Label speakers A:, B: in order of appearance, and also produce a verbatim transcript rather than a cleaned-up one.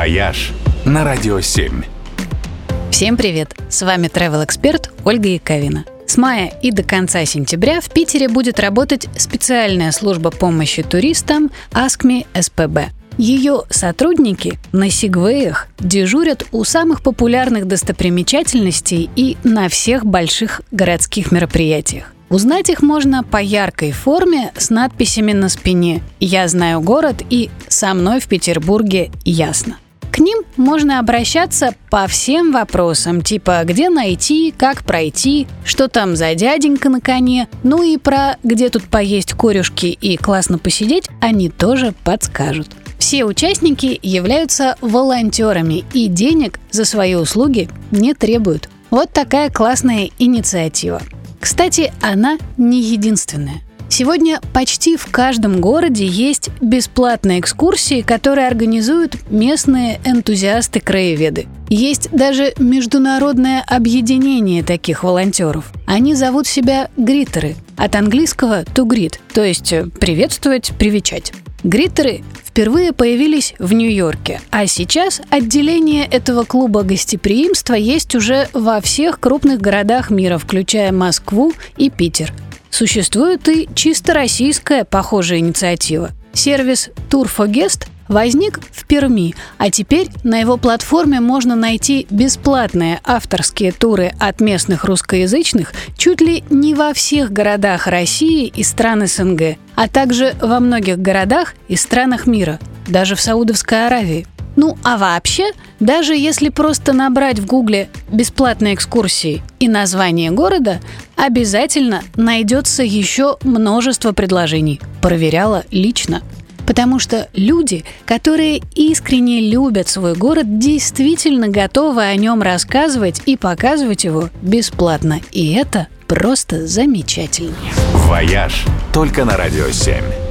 A: «Вояж» на Радио семь.
B: Всем привет! С вами travel-эксперт Ольга Яковина. С мая и до конца сентября в Питере будет работать специальная служба помощи туристам Ask.Me эс пэ бэ. Ее сотрудники на сигвеях дежурят у самых популярных достопримечательностей и на всех больших городских мероприятиях. Узнать их можно по яркой форме с надписями на спине «Я знаю город» и «Со мной в Петербурге ясно». К ним можно обращаться по всем вопросам, типа где найти, как пройти, что там за дяденька на коне, ну и про где тут поесть корюшки и классно посидеть они тоже подскажут. Все участники являются волонтерами и денег за свои услуги не требуют. Вот такая классная инициатива. Кстати, она не единственная. Сегодня почти в каждом городе есть бесплатные экскурсии, которые организуют местные энтузиасты-краеведы. Есть даже международное объединение таких волонтеров. Они зовут себя гриттеры, от английского to greet, то есть приветствовать, привечать. Гриттеры впервые появились в Нью-Йорке, а сейчас отделение этого клуба гостеприимства есть уже во всех крупных городах мира, включая Москву и Питер. Существует и чисто российская похожая инициатива. Сервис Tour for Guest возник в Перми, а теперь на его платформе можно найти бесплатные авторские туры от местных русскоязычных чуть ли не во всех городах России и стран эс эн гэ, а также во многих городах и странах мира, даже в Саудовской Аравии. Ну а вообще, даже если просто набрать в гугле «бесплатные экскурсии» и название города, обязательно найдется еще множество предложений. Проверяла лично. Потому что люди, которые искренне любят свой город, действительно готовы о нем рассказывать и показывать его бесплатно. И это просто замечательно.
A: «Вояж» только на Радио семь.